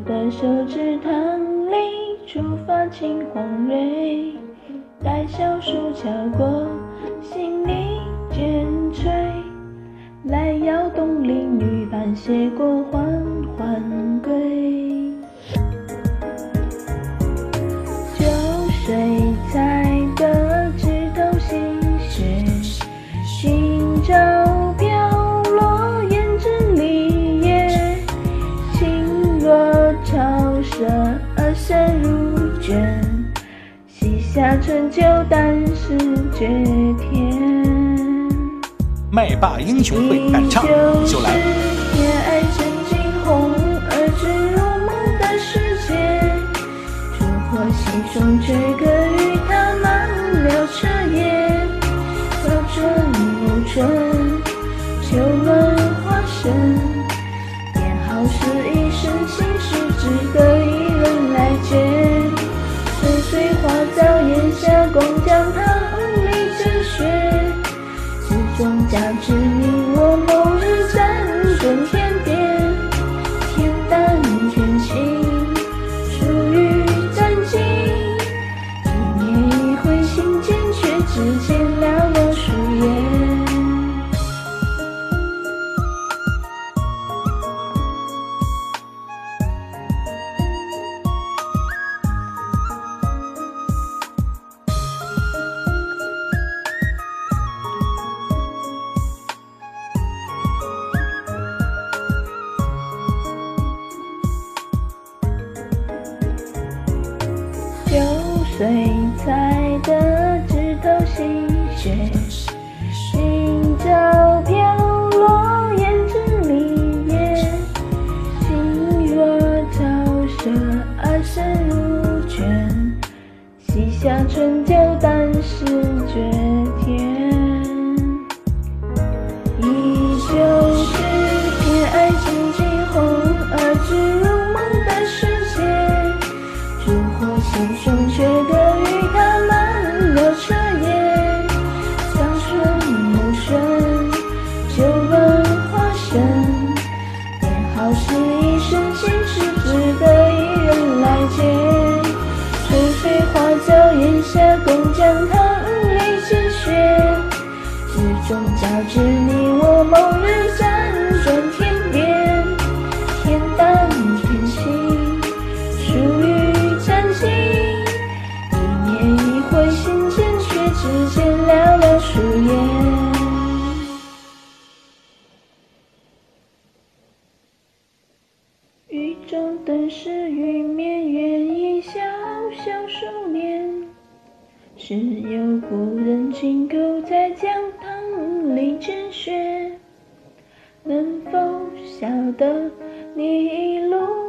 的手指堂里出发青黄蕊，待小树敲过，心里渐垂。来摇动林雨伴斜过缓缓归。酒水彩的枝头细雪，今朝飘落胭脂里叶，轻若潮射而深如卷，西夏春秋但是绝天。 麦霸英雄会敢唱，就来。 偏爱深惊鸿而坠入梦的世界，烛火西窗却隔与他满了彻夜。早春暮春，秋暖花深，便好是一生心事，值得一人来解。岁岁花早檐下，共将堂里着雪。终将知你我某日辗转天边，天淡天轻，疏于暂静。一念一回心间，却只见寥寥树叶。酒水彩的枝头细雪，今朝飘落胭脂里叶，轻若潮射而深如卷，西夏春秋但是绝天。依旧是偏爱深惊鸿而坠入梦的世界，烛火西窗却隔与他满了彻夜。早春暮春，秋暖花深，便好是一生心事，值得一人来解。岁岁花早檐下，共将堂里着雪。最终交织你我某日辗转天边，天淡天轻，疏于暂静。一念一回心间，却只见寥寥树叶。雨中灯是玉面，愿一小小数年。是有故人轻叩在江塘里见雪，能否晓得你一路